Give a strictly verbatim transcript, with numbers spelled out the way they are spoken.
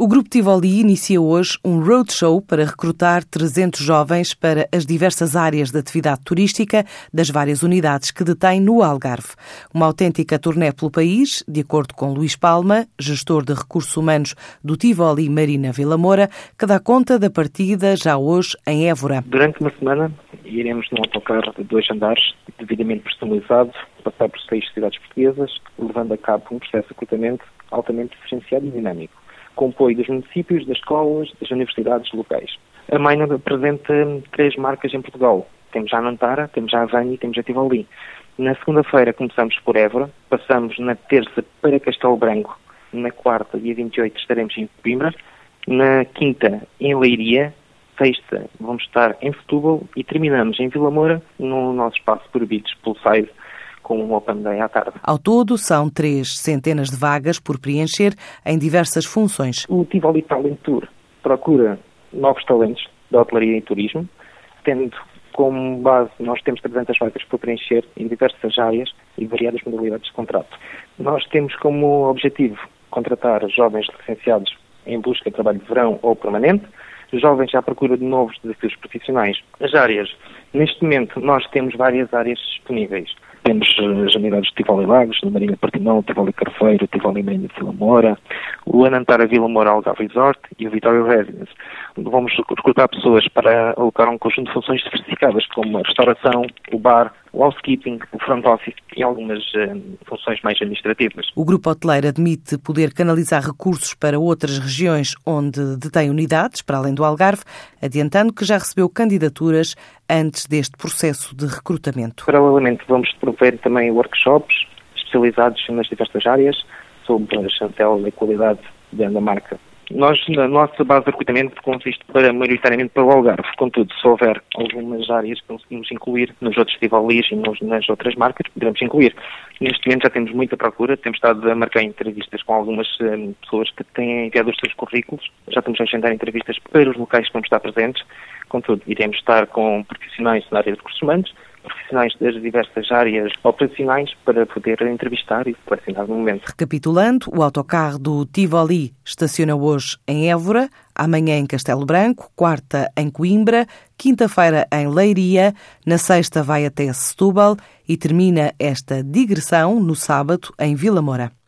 O Grupo Tivoli inicia hoje um roadshow para recrutar trezentos jovens para as diversas áreas de atividade turística das várias unidades que detém no Algarve. Uma autêntica turnê pelo país, de acordo com Luís Palma, gestor de recursos humanos do Tivoli Marina Vila Moura, que dá conta da partida já hoje em Évora. Durante uma semana iremos num autocarro de dois andares, devidamente personalizado, passar por seis cidades portuguesas, levando a cabo um processo de recrutamento altamente diferenciado e dinâmico, com apoio dos municípios, das escolas, das universidades locais. A Maina apresenta três marcas em Portugal. Temos já a Nantara, temos já a Vani e temos a Tivoli. Na segunda-feira começamos por Évora, passamos na terça para Castelo Branco, na quarta, dia vinte e oito, estaremos em Coimbra, na quinta em Leiria, sexta vamos estar em Setúbal e terminamos em Vila Moura, no nosso espaço por Beach Poolside, com um Open Day à tarde. Ao todo, são três centenas de vagas por preencher em diversas funções. O Tivoli Talent Tour procura novos talentos da hotelaria e turismo, tendo como base, nós temos trezentas vagas por preencher em diversas áreas e variadas modalidades de contrato. Nós temos como objetivo contratar jovens licenciados em busca de trabalho de verão ou permanente, jovens à procura de novos desafios profissionais. As áreas, neste momento, nós temos várias áreas disponíveis. Temos as unidades de Tivoli Lagos, de Marinha Portimão, Tivoli Carfeiro, Tivoli Marina Vila Moura, o Anantara Vila Moura Algarve Resort e o Vitória Residence. Vamos recrutar pessoas para alocar um conjunto de funções diversificadas, como a restauração, o bar, o housekeeping, o front office e algumas uh, funções mais administrativas. O Grupo Hoteleiro admite poder canalizar recursos para outras regiões onde detém unidades, para além do Algarve, adiantando que já recebeu candidaturas antes deste processo de recrutamento. Paralelamente, vamos promover também workshops especializados nas diversas áreas sobre a chancela e qualidade da marca. Nós, na nossa base de recrutamento, consiste para, maioritariamente para o Algarve. Contudo, se houver algumas áreas que conseguimos incluir nos outros Tivolis e nos, nas outras marcas, poderemos incluir. Neste momento já temos muita procura, temos estado a marcar entrevistas com algumas um, pessoas que têm enviado os seus currículos. Já estamos a agendar entrevistas para os locais que vamos estar presentes. Contudo, iremos estar com profissionais na área de recursos humanos, profissionais das diversas áreas operacionais para poder entrevistar e selecionar no momento. Recapitulando, o autocarro do Tivoli estaciona hoje em Évora, amanhã em Castelo Branco, quarta em Coimbra, quinta-feira em Leiria, na sexta vai até Setúbal e termina esta digressão no sábado em Vila Moura.